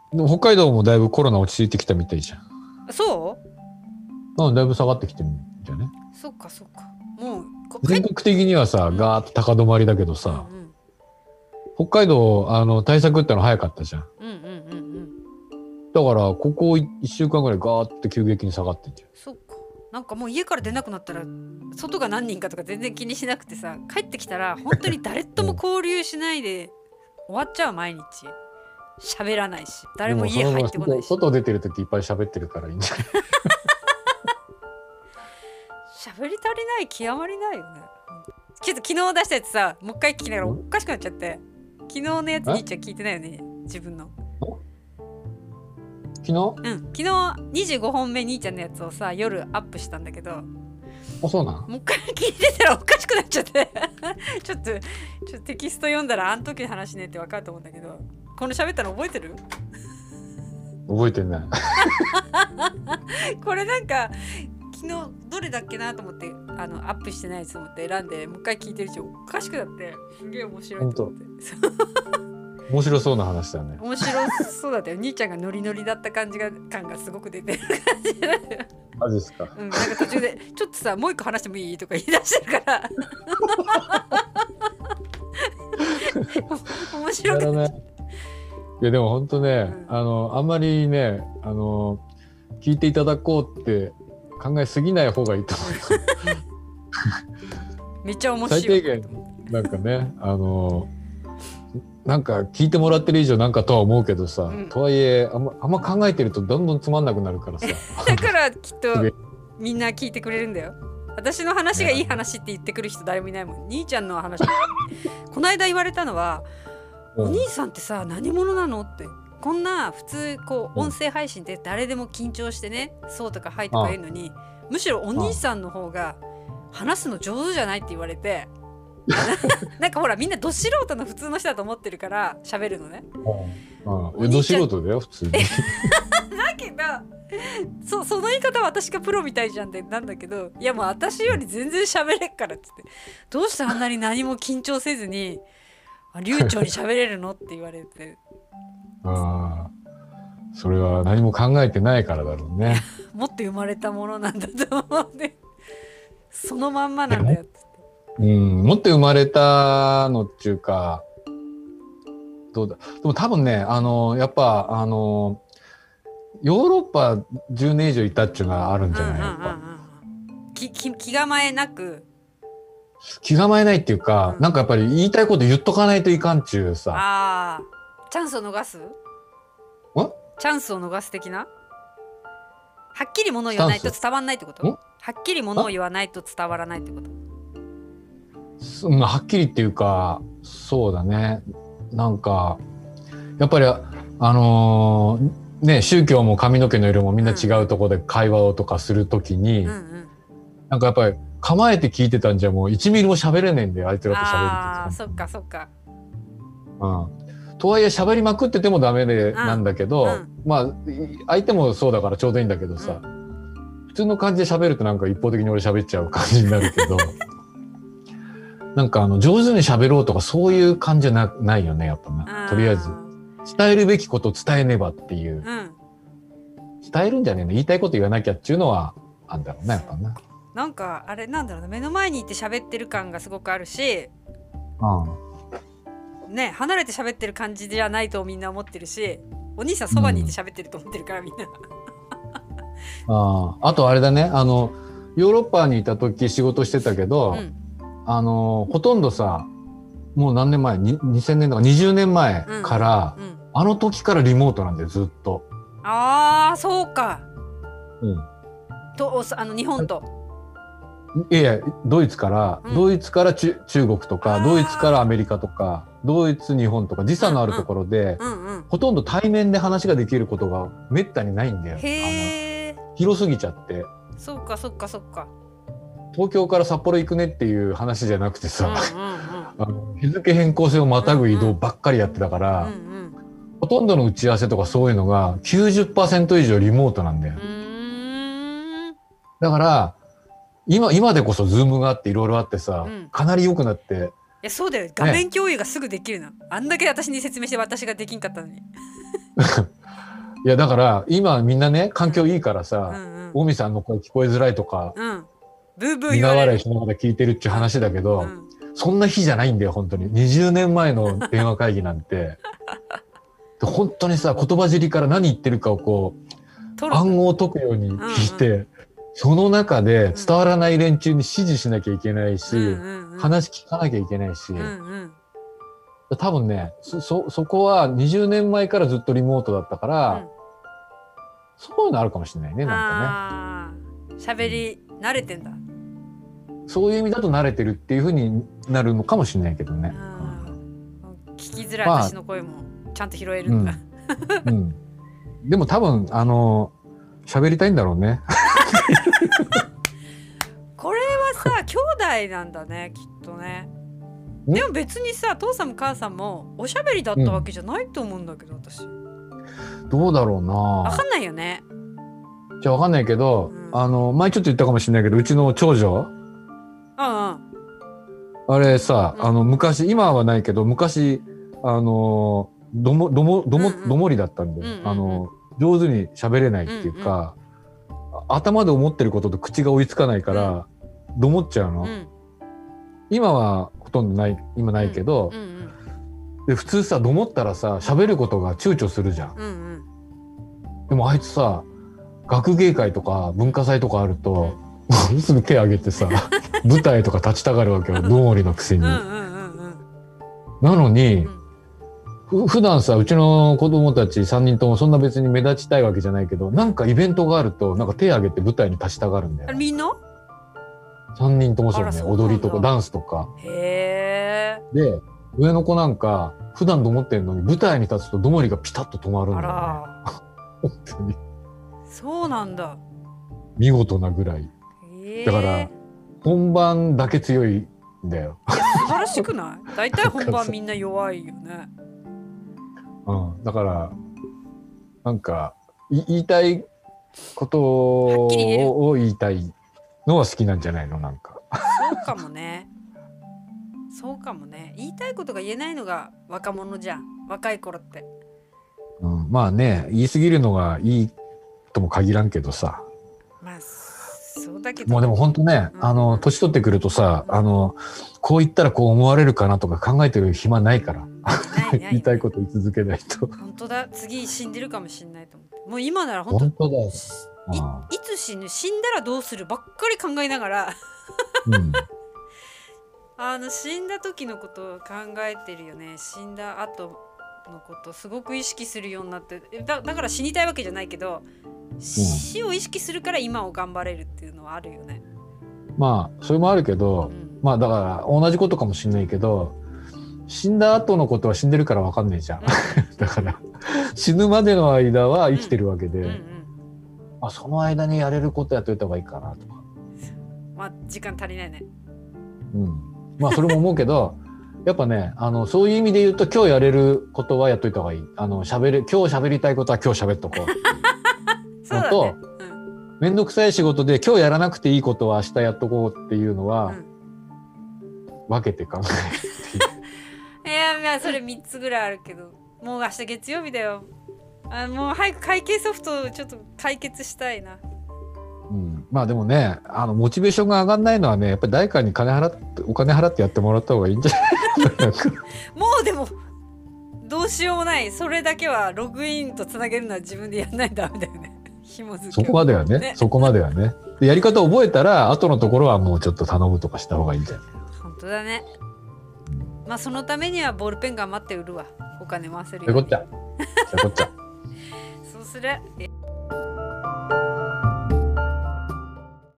でも北海道もだいぶコロナ落ち着いてきたみたいじゃそん。うん、だいぶ下がってきてるんじゃね。 うそっかそっか。もう全国的にはさ、ガーッと高止まりだけどさ、北海道対策っての早かったじゃん。だからここ1週間ぐらいガーッて急激に下がってんじゃん。 そっか。なんかもう家から出なくなったら外が何人かとか全然気にしなくてさ、帰ってきたら本当に誰とも交流しないで終わっちゃう。毎日喋らないし誰も家入ってこないし。 外出てる時いっぱい喋ってるからいいんじゃない？ 喋り足りない極まりないよね。ちょっと昨日出したやつさ、もう一回聞きながらおかしくなっちゃって、昨日のやつ兄ちゃん聞いてないよね、自分の。 昨日？ うん、昨日25本目兄ちゃんのやつをさ夜アップしたんだけど、 あ、そうなん？ もう一回聞いてたらおかしくなっちゃってちょっとテキスト読んだらあん時の話ねって分かると思うんだけど、この喋ったの覚えてる？ 覚えてないこれなんか昨日どれだっけなと思ってアップしてないやつと思って選んでもう一回聞いてるし、おかしくなってすげえ面白いと思って面白そうな話だね。 面白そうだったよ。兄ちゃんがノリノリだった感がすごく出てる感じだよ。 マジですか？ うん、なんか途中でちょっとさもう一個話してもいいとか言い出してるから面白くない？ いやでも本当ね、あんまりね聞いていただこうって考えすぎない方がいいと思うよめっちゃ面白い。 最低限なんかねなんか聞いてもらってる以上なんかとは思うけどさ、とはいえあんま考えてるとどんどんつまんなくなるからさだからきっとみんな聞いてくれるんだよ。私の話がいい話って言ってくる人誰もいないもん。兄ちゃんの話この間言われたのは、お兄さんってさ何者なのって。こんな普通こう音声配信って誰でも緊張してね、そうとかはいとか言うのに、むしろお兄さんの方が話すの上手じゃないって言われてなんかほらみんなど素人の普通の人だと思ってるから喋るのね。 ど素人だよ普通にだけどその言い方は私がプロみたいじゃんってなんだけど、いやもう私より全然喋れっからっつって、どうしてあんなに何も緊張せずに流暢に喋れるのって言われてそれは何も考えてないからだろうねもっと生まれたものなんだと思ってそのまんまなんだよっつって、 もっと生まれたのっていうかどうだ。でも多分ねやっぱヨーロッパ10年以上いたっていうのはあるんじゃない？やっぱ気構えなく。 気構えないっていうか、なんかやっぱり言いたいこと言っとかないといかんっちゅうさ。 チャンスを逃す？チャンスを逃す的な？はっきりものを言わないと伝わらないってこと？はっきりものを言わないと伝わらないってこと？ はっきりっていうか、そうだね。なんかやっぱりね、宗教も髪の毛の色もみんな違うところで会話をとかするときに、なんかやっぱり構えて聞いてたんじゃもう1ミリも喋れねえんだよ、あいつらと喋ると。 そっかそっか。 とはいえ喋りまくっててもダメなんだけど、まあ相手もそうだからちょうどいいんだけどさ、普通の感じで喋るとなんか一方的に俺喋っちゃう感じになるけどなんか上手に喋ろうとかそういう感じじゃないよね、やっぱな。とりあえず伝えるべきことを伝えねばっていう、伝えるんじゃねえの、言いたいこと言わなきゃっていうのはあんだろうな、やっぱな。 なんかあれなんだろうな、目の前にいて喋ってる感がすごくあるし、ね、離れて喋ってる感じじゃないとみんな思ってるし、お兄さんそばにいて喋ってると思ってるから、みんなあとあれだね、ヨーロッパにいた時仕事してたけど、ほとんどさ、もう何年前、2000年とか20年前から、あの時からリモートなんだよ、ずっと。 そうか。と日本と。 いやドイツから中国とか、ドイツからアメリカとか、ドイツ日本とか時差のあるところで、ほとんど対面で話ができることがめったにないんだよ。広すぎちゃって。 そうかそっかそっか。 東京から札幌行くねっていう話じゃなくてさ、日付変更線をまたぐ移動ばっかりやってたから、ほとんどの打ち合わせとかそういうのが 90% 以上リモートなんだよ。だから今でこそズームがあっていろいろあってさ、かなり良くなって。 いやそうだよ、画面共有がすぐできるの、あんだけ私に説明して私ができんかったのにいやだから今みんなね環境いいからうんさ、 うん大見さんの声聞こえづらいとか、 うんブーブー苦言われる。 笑いしながら聞いてるっていう話だけど、 うんそんな日じゃないんだよ本当に。20年前の電話会議なんて本当にさ言葉尻から何言ってるかをこう取る暗号を解くように聞いて、その中で伝わらない連中に指示しなきゃいけないし、 うんうんうん話聞かなきゃいけないし、 うんうん多分ねそこは20年前からずっとリモートだったから、 うんそういうのあるかもしれないねなんかあー喋り慣れてんだ。 ね。そういう意味だと慣れてるっていう風になるのかもしれないけどね。 聞きづらいまあ私の声もちゃんと拾えるんだ。 うん、でも多分喋りたいんだろうね。 これはさ兄弟なんだねきっとね。でも別にさ父さんも母さんもおしゃべりだったわけじゃないと思うんだけど私。 どうだろうな。 わかんないよね。 じゃあわかんないけど、 うん前ちょっと言ったかもしれないけどうちの長女うんうんあれさ、 うん昔今はないけど昔どもりだったんで、 うんうんうん上手に喋れないっていうか、頭で思ってることと口が追いつかないから、どもっちゃうの、 うん今はほとんどない今ないけど、 うんうんで普通さどもったらさ喋ることが躊躇するじゃん。 うんうんでもあいつさ学芸会とか文化祭とかあると、すぐ手挙げてさ舞台とか立ちたがるわけよどもりのくせに。 うんうんうんうんなのに、 うん普段さうちの子供たち3人ともそんな別に目立ちたいわけじゃないけどなんかイベントがあるとなんか手挙げて舞台に立ちたがるんだよ。 あれみんな 3人ともそうね。 あらそうなんだ踊りとかダンスとかへえ。 で上の子なんか普段どもってんのに舞台に立つとどもりがピタッと止まるんあだよね。 ら本当にそうなんだ。 見事なぐらい。 へえ。 だから本番だけ強いんだよ。 いや素晴らしくない？大体本番みんな弱いよね。 うん、だからなんか言いたいことはっきり言えるを言いたいのは好きなんじゃないのなんか。 そうかもね。そうかもね。言いたいことが言えないのが若者じゃん。若い頃って。 うん、まあね言い過ぎるのがいいとも限らんけどさ。 まあそうだけど。 もうでも本当ね、 うん年取ってくるとさ、こう言ったらこう思われるかなとか考えてる暇ないから。 ない言いたいこと言い続けないと。 本当だ。次死んでるかもしれないと思って。もう今なら本当本当だよ。 いつ死ぬ死んだらどうするばっかり考えながらうん死んだ時のことを考えてるよね。死んだ後のことすごく意識するようになって、だから死にたいわけじゃないけど、死を意識するから今を頑張れるっていうのはあるよね。 まあそれもあるけど、まあだから同じことかもしれないけど死んだ後のことは死んでるから分かんないじゃん。だから死ぬまでの間は生きてるわけで、まあ、その間にやれることやっといた方がいいかなとか。 まあ時間足りないね。 まあそれも思うけどやっぱねそういう意味で言うと今日やれることはやっといた方がいい。今日喋りたいことは今日喋っとこう。 そうだね。 とめんどくさい仕事で今日やらなくていいことは明日やっとこうっていうのは、分けて考えるっていう。 いやそれ3つぐらいあるけど、もう明日月曜日だよ。もう早く会計ソフトをちょっと解決したいな。 まあでもねモチベーションが上がんないのはねやっぱり誰かにお金払ってやってもらった方がいいんじゃないもうでもどうしようもない。それだけはログインとつなげるのは自分でやらないとダメだよね。紐付けそこまではねそこまではね。でやり方覚えたら後のところはもうちょっと頼むとかした方がいいんじゃない。 本当だね。まあそのためにはボールペン頑張って売るわ。お金回せるように。 そういうこっちゃ。 そうする。